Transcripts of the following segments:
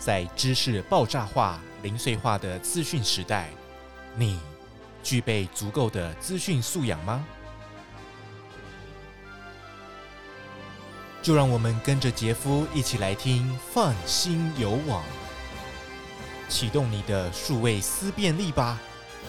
在知识爆炸化、零碎化的资讯时代，你具备足够的资讯素养吗？就让我们跟着杰夫一起来听放心有网，启动你的数位思辨力吧。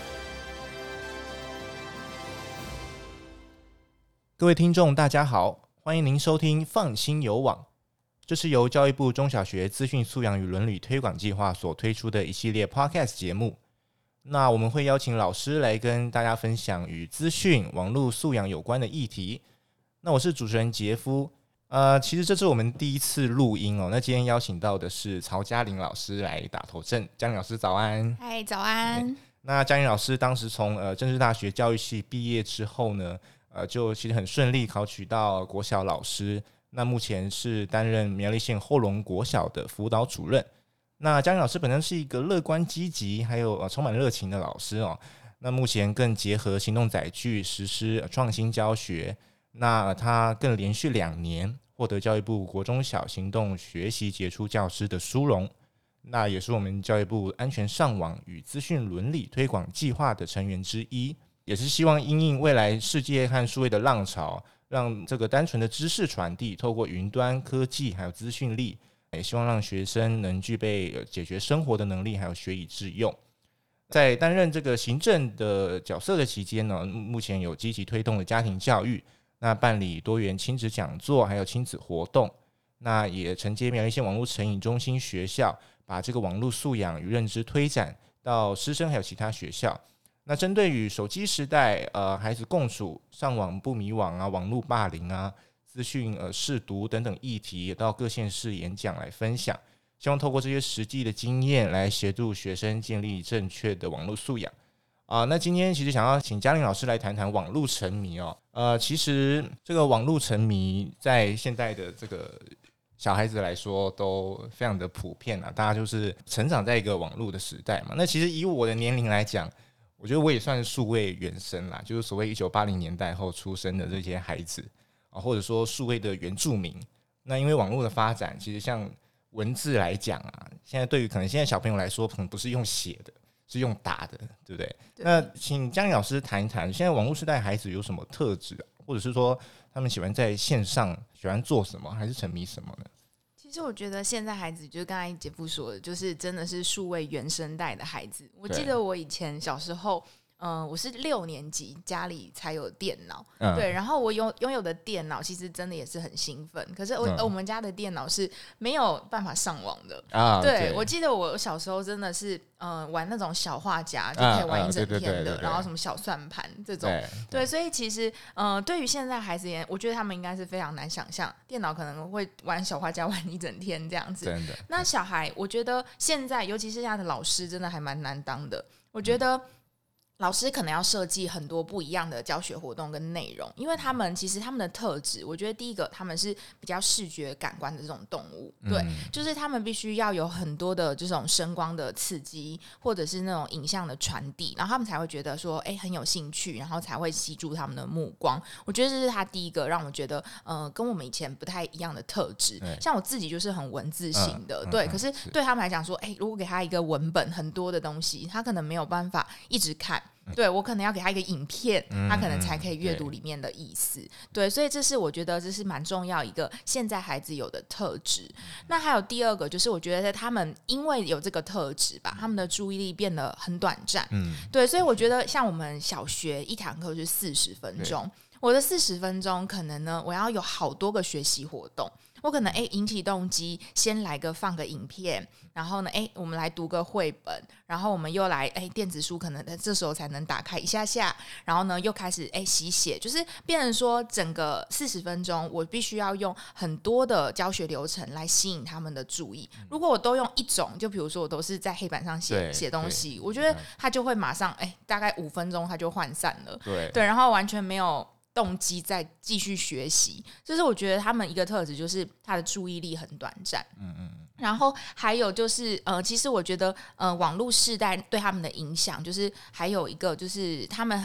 各位听众大家好，欢迎您收听放心有网，这是由教育部中小学资讯素养与伦理推广计划所推出的一系列 Podcast 节目。那我们会邀请老师来跟大家分享与资讯、网络素养有关的议题。那我是主持人杰夫。其实这是我们第一次录音哦。那今天邀请到的是曹嘉玲老师来打头阵。嘉玲老师早安。 嗨，早安。 那嘉玲老师当时从政治大学教育系毕业之后呢，就其实很顺利考取到国小老师。那目前是担任苗栗县后龙国小的辅导主任。那嘉玲老师本身是一个乐观积极还有充满热情的老师哦。那目前更结合行动载具实施创新教学。那他更连续2年获得教育部国中小行动学习杰出教师的殊荣，那也是我们教育部安全上网与资讯伦理推广计划的成员之一，也是希望因应未来世界和数位的浪潮，让这个单纯的知识传递透过云端科技还有资讯力，也希望让学生能具备解决生活的能力还有学以致用。在担任这个行政的角色的期间呢，目前有积极推动的家庭教育，那办理多元亲子讲座还有亲子活动，那也承接苗栗县网络成瘾中心学校，把这个网络素养与认知推展到师生还有其他学校。那针对于手机时代孩子共处上网不迷网啊、网络霸凌啊、资讯识读等等议题，也到各县市演讲来分享，希望透过这些实际的经验来协助学生建立正确的网络素养。那今天其实想要请嘉玲老师来谈谈网络沉迷哦。其实这个网络沉迷在现在的这个小孩子来说都非常的普遍啊，大家就是成长在一个网络的时代嘛。那其实以我的年龄来讲，我觉得我也算是数位原生啦，就是所谓1980年代后出生的这些孩子或者说数位的原住民。那因为网络的发展，其实像文字来讲啊，现在对于可能现在小朋友来说，可能不是用写的，是用打的，对不对？那请嘉玲老师谈一谈，现在网络时代孩子有什么特质或者是说他们喜欢在线上喜欢做什么，还是沉迷什么呢？ 其实我觉得现在孩子就是刚才杰夫说的，就是真的是数位原生代的孩子。我记得我以前小时候我是6年级家里才有电脑，对，然后我拥有的电脑其实真的也是很兴奋，可是我们家的电脑是没有办法上网的对，我记得我小时候真的是玩那种小画家就可以玩一整天的，然后什么小算盘这种，对，所以其实对于现在孩子我觉得他们应该是非常难想象电脑可能会玩小画家玩一整天这样子。 真的。 那小孩我觉得现在尤其是现在的老师真的还蛮难当的，我觉得老师可能要设计很多不一样的教学活动跟内容，因为他们其实他们的特质，我觉得第一个他们是比较视觉感官的这种动物，对，就是他们必须要有很多的这种声光的刺激，或者是那种影像的传递，然后他们才会觉得说很有兴趣，然后才会吸住他们的目光。我觉得这是他第一个让我觉得跟我们以前不太一样的特质。像我自己就是很文字型的，对，可是对他们来讲说如果给他一个文本很多的东西，他可能没有办法一直看，对，我可能要给他一个影片，他可能才可以阅读里面的意思。对，所以这是我觉得这是蛮重要一个现在孩子有的特质。那还有第二个就是我觉得他们因为有这个特质吧，他们的注意力变得很短暂。对，所以我觉得像我们小学一堂课是40分钟，我的40分钟可能呢我要有好多个学习活动，我可能引起动机，先来放个影片，然后呢我们来读个绘本，然后我们又来电子书可能这时候才能打开一下下，然后呢又开始习写，就是变成说整个40分钟我必须要用很多的教学流程来吸引他们的注意。如果我都用一种，就比如说我都是在黑板上写东西，我觉得他就会马上大概5分钟他就涣散了，对，然后完全没有动机再继续学习。就是我觉得他们一个特质就是他的注意力很短暂。然后还有就是其实我觉得网络世代对他们的影响就是还有一个就是他们很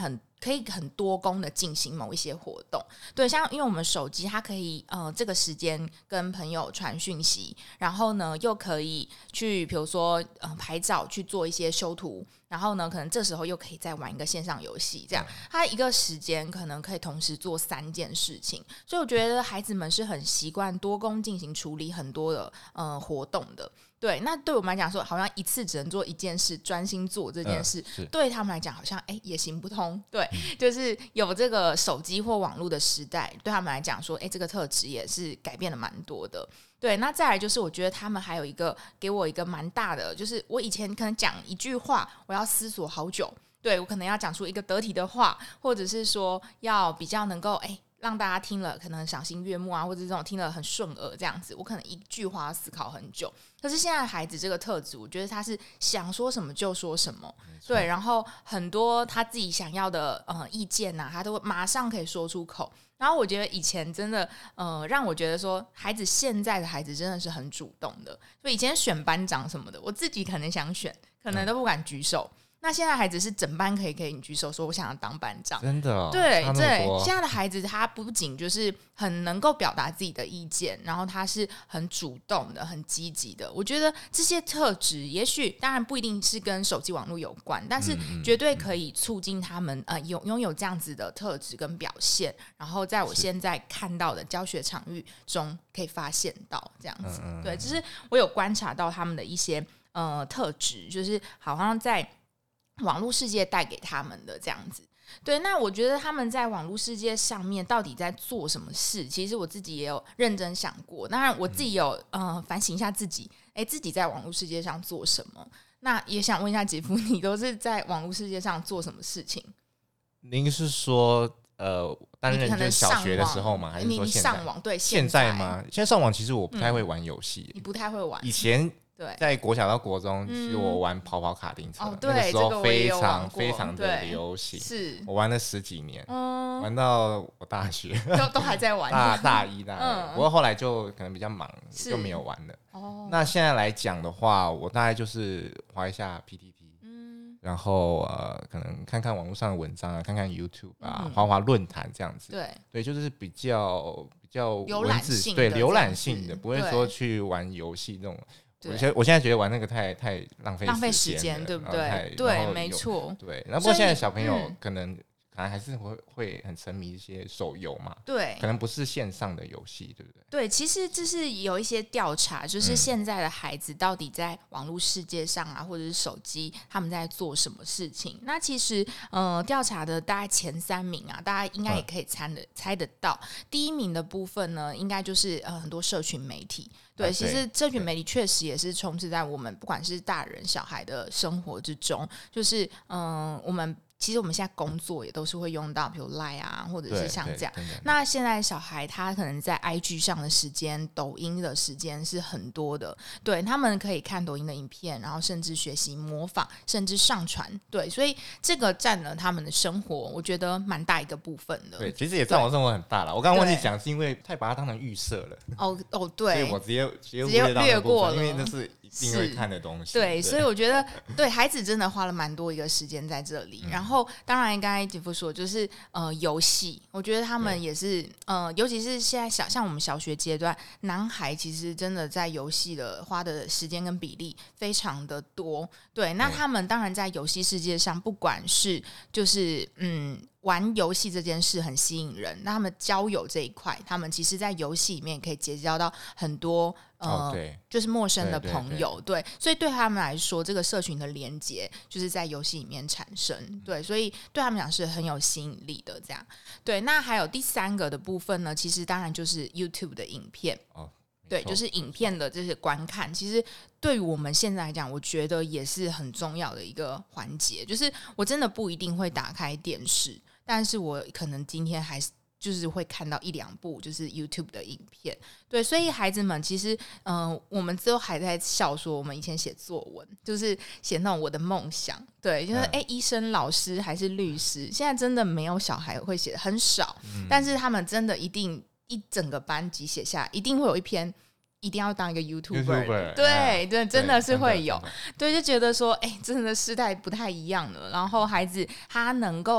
可以很多工的进行某一些活动。对，像因为我们手机它可以这个时间跟朋友传讯息，然后呢又可以去比如说拍照去做一些修图，然后呢可能这时候又可以再玩一个线上游戏，这样它一个时间可能可以同时做3件事情。所以我觉得孩子们是很习惯多工进行处理很多的活动的。对，那对我们来讲说好像一次只能做一件事，专心做这件事，对他们来讲好像也行不通。对，就是有这个手机或网络的时代，对他们来讲说这个特质也是改变了蛮多的。对，那再来就是我觉得他们还有一个给我一个蛮大的，就是我以前可能讲一句话我要思索好久，对，我可能要讲出一个得体的话，或者是说要比较能够让大家听了可能赏心悦目啊，或者这种听了很顺耳这样子，我可能一句话要思考很久。可是现在孩子这个特质，我觉得他是想说什么就说什么，对，然后很多他自己想要的意见啊，他都马上可以说出口。然后我觉得以前真的让我觉得说现在的孩子真的是很主动的，所以以前选班长什么的，我自己可能想选，可能都不敢举手。那现在孩子是整班可以给你举手说我想要当班长， 真的对对，现在的孩子他不仅就是很能够表达自己的意见，然后他是很主动的、很积极的。我觉得这些特质，也许当然不一定是跟手机网络有关，但是绝对可以促进他们拥有这样子的特质跟表现，然后在我现在看到的教学场域中可以发现到这样子。对，就是我有观察到他们的一些特质，就是好像在网络世界带给他们的这样子。对，那我觉得他们在网络世界上面到底在做什么事，其实我自己也有认真想过。当然我自己有反省一下自己，自己在网络世界上做什么。那也想问一下姐夫，你都是在网络世界上做什么事情？ 您是说担任就是小学的时候吗？还是说你上网？对， 现在吗？现在上网其实我不太会玩游戏， 你不太会玩。 以前对， 在国小到国中，其实我玩跑跑卡丁车， 对， 那个时候非常非常的流行， 是我玩了10几年，玩到我大学都还在玩， 大一大二，不过后来就可能比较忙，就没有玩了。那现在来讲的话，我大概就是滑一下 PTT，然后可能看看网络上的文章啊，看看 YouTube 啊，滑滑论坛这样子。对，就是比较文字对浏览性的，不会说去玩游戏这种。我现在觉得玩那个太浪费时间， 对不对？对，没错。 对，然后不过现在小朋友可能还是会很沉迷一些手游嘛， 对， 可能不是线上的游戏，对不对？ 对，其实这是有一些调查，就是现在的孩子到底在网络世界上啊，或者是手机，他们在做什么事情？那其实调查的大概前3名啊，大家应该也可以猜得到。第1名的部分呢，应该就是很多社群媒体。对，其实社群媒体确实也是充斥在我们不管是大人小孩的生活之中，就是其实我们现在工作也都是会用到，比如 LINE 啊，或者是像这样。那现在小孩他可能在 IG 上的时间、抖音的时间是很多的，对，他们可以看抖音的影片，然后甚至学习模仿，甚至上传。对，所以这个占了他们的生活，我觉得蛮大一个部分的。 对，其实也占我生活很大了。我刚刚忘记讲，是因为太把它当成预设了。 对， 所以我直接略过了， 因为那是一定会看的东西。 对，所以我觉得对孩子真的花了蛮多一个时间在这里。然后当然刚才姐夫说就是游戏，我觉得他们也是尤其是现在像我们小学阶段，男孩其实真的在游戏的花的时间跟比例非常的多。对，那他们当然在游戏世界上，不管是就是玩游戏这件事很吸引人，那他们交友这一块，他们其实在游戏里面可以结交到很多就是陌生的朋友，对，所以对他们来说，这个社群的连结就是在游戏里面产生，对，所以对他们讲是很有吸引力的，这样。对，那还有第3个的部分呢，其实当然就是 YouTube 的影片。对，就是影片的这些观看，其实对于我们现在来讲，我觉得也是很重要的一个环节。就是我真的不一定会打开电视，但是我可能今天还是就是会看到1-2部就是 YouTube 的影片。对，所以孩子们其实我们之后还在笑说，我们以前写作文就是写那种我的梦想，对，就是医生、老师还是律师，现在真的没有小孩会写，很少，但是他们真的一定一整个班级写下来，一定会有一篇一定要当一个 YouTuber， 对，真的是会有，对，就觉得说真的世代不太一样了，然后孩子他能够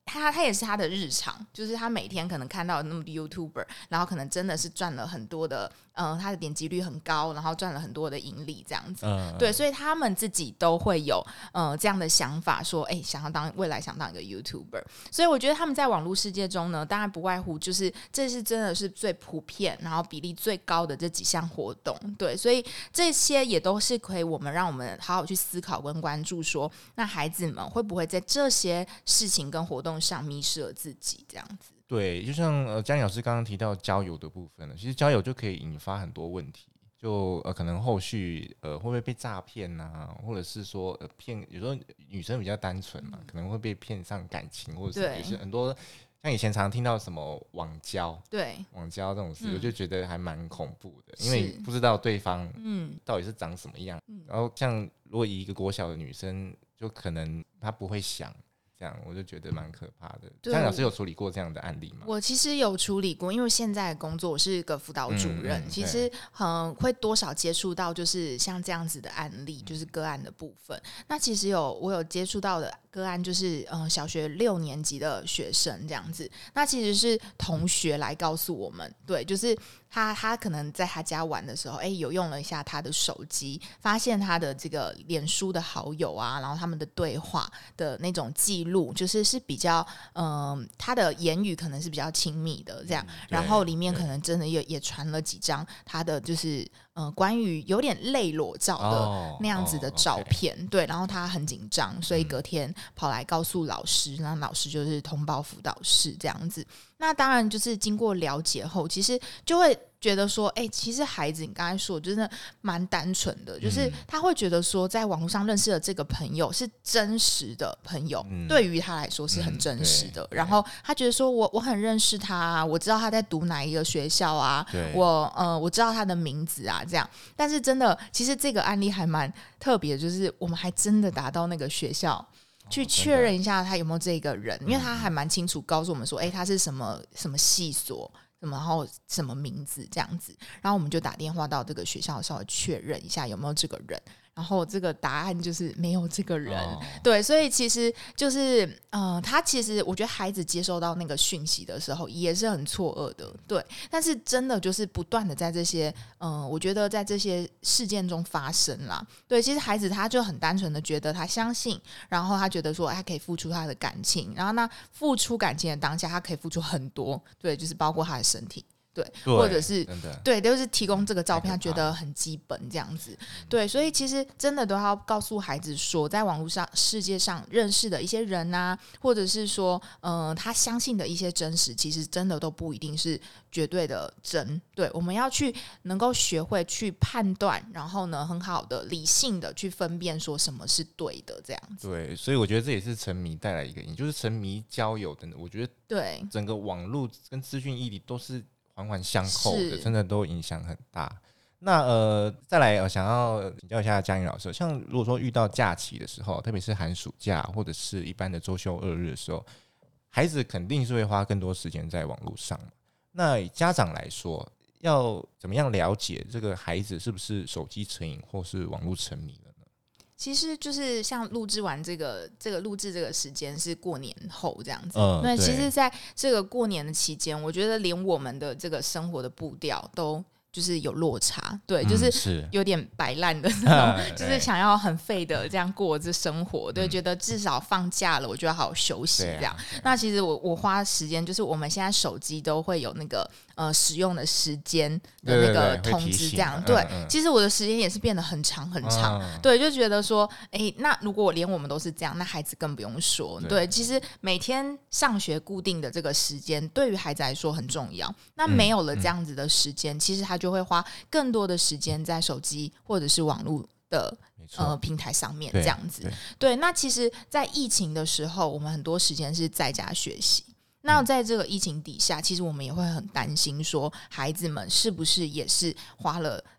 他也是他的日常，就是他每天可能看到那么多 YouTuber， 然后可能真的是赚了很多的，他的点击率很高，然后赚了很多的盈利这样子，对，所以他们自己都会有这样的想法，说想要未来想当一个 YouTuber， 所以我觉得他们在网络世界中呢，当然不外乎就是这是真的是最普遍，然后比例最高的这几项活动，对，所以这些也都是可以让我们好好去思考跟关注说，那孩子们会不会在这些事情跟活动上迷失了自己这样子。 对，就像嘉玲老师刚刚提到交友的部分呢，其实交友就可以引发很多问题，就可能后续会不会被诈骗啊，或者是说骗，有时候女生比较单纯嘛，可能会被骗上感情，或者是也是很多像以前常听到什么网交， 对网交这种事，我就觉得还蛮恐怖的，因为不知道对方到底是长什么样，然后像如果以一个国小的女生，就可能她不会想。这样我就觉得蛮可怕的。张老师有处理过这样的案例吗？ 我其实有处理过，因为现在的工作我是一个辅导主任，其实会多少接触到就是像这样子的案例，就是个案的部分。那其实我有接触到的个案就是小学6年级的学生这样子，那其实是同学来告诉我们，对，就是他可能在他家玩的时候，有用了一下他的手机，发现他的这个脸书的好友啊，然后他们的对话的那种记录，就是比较他的言语可能是比较亲密的这样，然后里面可能真的也传了几张他的就是关于有点类裸照的那样子的照片，对，然后他很紧张，所以隔天跑来告诉老师，然后老师就是通报辅导室这样子。那当然就是经过了解后，其实就会觉得说其实孩子你刚才说真的蛮单纯的，就是他会觉得说在网络上认识的这个朋友是真实的朋友，对于他来说是很真实的，然后他觉得说我很认识他啊，我知道他在读哪一个学校啊，我知道他的名字啊这样。但是真的其实这个案例还蛮特别的，就是我们还真的达到那个学校去确认一下他有没有这个人，因为他还蛮清楚告诉我们说他是什么系所然后什么名字这样子，然后我们就打电话到这个学校稍微确认一下有没有这个人，然后这个答案就是没有这个人，对，所以其实就是他其实我觉得孩子接收到那个讯息的时候也是很错愕的，对，但是真的就是不断的在这些我觉得在这些事件中发生啦，对，其实孩子他就很单纯的觉得他相信，然后他觉得说他可以付出他的感情，然后那付出感情的当下他可以付出很多，对，就是包括他的身体，对，或者是对，就是提供这个照片他觉得很基本这样子，对，所以其实真的都要告诉孩子说在网络上世界上认识的一些人啊，或者是说他相信的一些真实，其实真的都不一定是绝对的真，对，我们要去能够学会去判断，然后呢很好的理性的去分辨说什么是对的这样子， 对，所以我觉得这也是沉迷带来一个，就是沉迷交友等等，我觉得对整个网络跟资讯议题都是环环相扣的，真的都影响很大。那再来想要请教一下嘉颖老师，像如果说遇到假期的时候，特别是寒暑假或者是一般的周休2日的时候，孩子肯定是会花更多时间在网络上。那以家长来说，要怎么样了解这个孩子是不是手机成瘾或是网络沉迷了呢？ 其实就是像录制完这个录制这个时间是过年后这样子，那其实在这个过年的期间，我觉得连我们的这个生活的步调都就是有落差，对，就是有点摆烂的那种，就是想要很废的这样过这生活，对，觉得至少放假了，我就要好好休息这样。那其实我花时间，就是我们现在手机都会有那个使用的时间的那个通知，这样对。其实我的时间也是变得很长很长，对，就觉得说，那如果连我们都是这样，那孩子更不用说。对，其实每天上学固定的这个时间，对于孩子来说很重要。那没有了这样子的时间，其实他就会花更多的时间在手机或者是网络的平台上面这样子。对，那其实在疫情的时候，我们很多时间是在家学习。那在这个疫情底下，其实我们也会很担心说孩子们是不是也是花了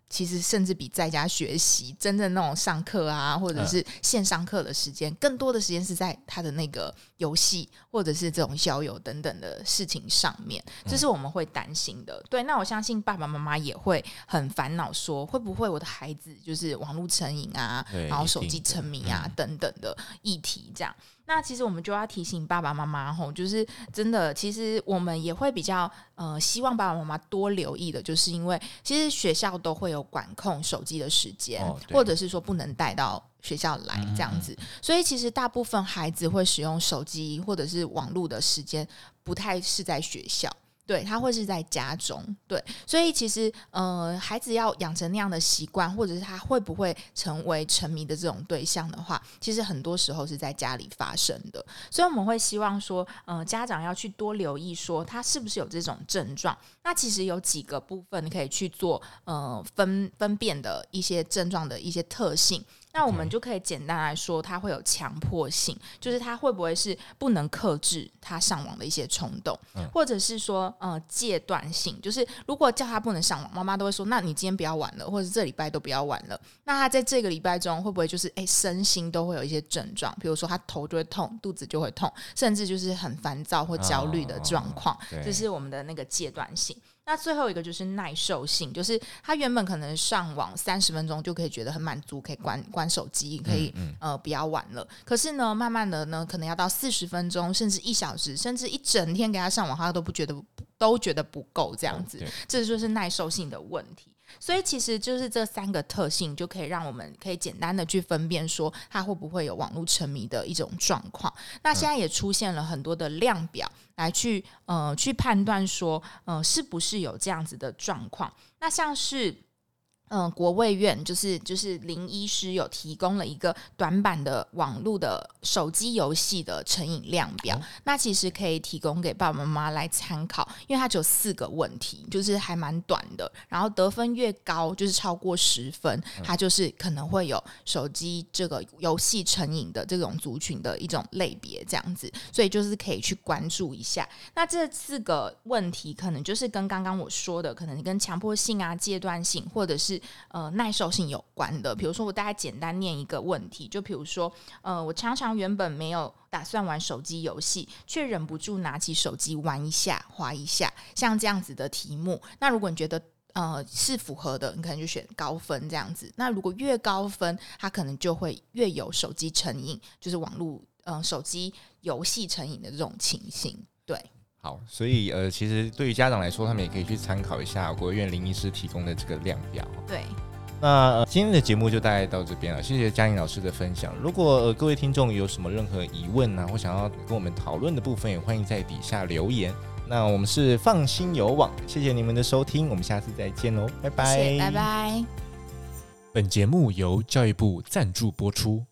其实甚至比在家学习真正那种上课啊，或者是线上课的时间，更多的时间是在他的那个游戏或者是这种交友等等的事情上面，这是我们会担心的。对，那我相信爸爸妈妈也会很烦恼，说会不会我的孩子就是网络成瘾啊，然后手机沉迷啊等等的议题这样。那其实我们就要提醒爸爸妈妈吼，就是真的，其实我们也会比较希望爸爸妈妈多留意的，就是因为其实学校都会有管控手机的时间，或者是说不能带到学校来这样子，所以其实大部分孩子会使用手机或者是网络的时间不太是在学校。对，他会是在家中，对，所以其实孩子要养成那样的习惯，或者是他会不会成为沉迷的这种对象的话，其实很多时候是在家里发生的。所以我们会希望说家长要去多留意说他是不是有这种症状。那其实有几个部分可以去做分辨的一些症状的一些特性。那我们就可以简单来说，它会有强迫性，就是它会不会是不能克制他上网的一些冲动，或者是说戒断性，就是如果叫他不能上网，妈妈都会说，那你今天不要玩了，或者是这礼拜都不要玩了。那他在这个礼拜中会不会就是身心都会有一些症状，比如说他头就会痛，肚子就会痛，甚至就是很烦躁或焦虑的状况，这是我们的那个戒断性。那最后一个就是耐受性，就是他原本可能上网30分钟就可以觉得很满足，可以关手机，可以不要玩了。可是呢，慢慢的呢，可能要到40分钟，甚至1小时，甚至一整天给他上网，他都觉得不够这样子，这就是耐受性的问题。所以其实就是这3个特性就可以让我们可以简单的去分辨说他会不会有网络沉迷的一种状况。那现在也出现了很多的量表来去判断说是不是有这样子的状况。那像是国卫院就是林医师有提供了一个短版的网络的手机游戏的成瘾量表，那其实可以提供给爸爸妈妈来参考，因为它只有4个问题，就是还蛮短的，然后得分越高就是超过10分，它就是可能会有手机这个游戏成瘾的这种族群的一种类别这样子，所以就是可以去关注一下。那这4个问题可能就是跟刚刚我说的可能跟强迫性啊、戒断性或者是耐受性有关的。比如说我大概简单念一个问题，就比如说我常常原本没有打算玩手机游戏，却忍不住拿起手机玩一下滑一下，像这样子的题目。那如果你觉得是符合的，你可能就选高分这样子。那如果越高分，它可能就会越有手机成瘾，就是网络手机游戏成瘾的这种情形。对， 好，所以其实对于家长来说，他们也可以去参考一下国卫院林医师提供的这个量表。 对， 那今天的节目就大概到这边了，谢谢嘉玲老师的分享。如果各位听众有什么任何疑问啊，或想要跟我们讨论的部分，也欢迎在底下留言。那我们是放心有网，谢谢你们的收听，我们下次再见喽，拜拜， 谢谢，拜拜。 本节目由教育部赞助播出。